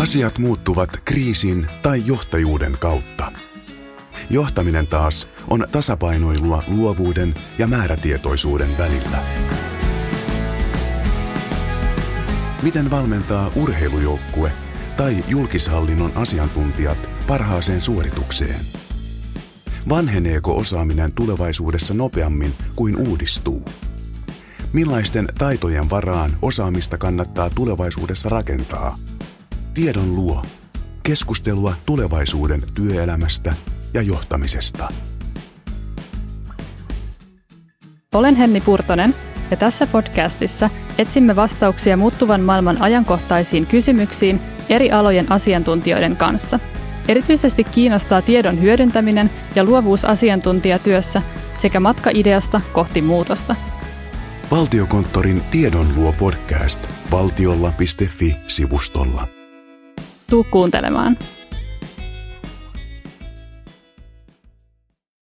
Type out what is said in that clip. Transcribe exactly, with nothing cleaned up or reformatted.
Asiat muuttuvat kriisin tai johtajuuden kautta. Johtaminen taas on tasapainoilua luovuuden ja määrätietoisuuden välillä. Miten valmentaa urheilujoukkue tai julkishallinnon asiantuntijat parhaaseen suoritukseen? Vanheneeko osaaminen tulevaisuudessa nopeammin kuin uudistuu? Millaisten taitojen varaan osaamista kannattaa tulevaisuudessa rakentaa? Tiedon luo. Keskustelua tulevaisuuden työelämästä ja johtamisesta. Olen Henni Purtonen ja tässä podcastissa etsimme vastauksia muuttuvan maailman ajankohtaisiin kysymyksiin eri alojen asiantuntijoiden kanssa. Erityisesti kiinnostaa tiedon hyödyntäminen ja luovuus asiantuntijatyössä sekä matka ideasta kohti muutosta. Valtiokonttorin Tiedon luo podcast valtiolla piste fi sivustolla. Tuu kuuntelemaan.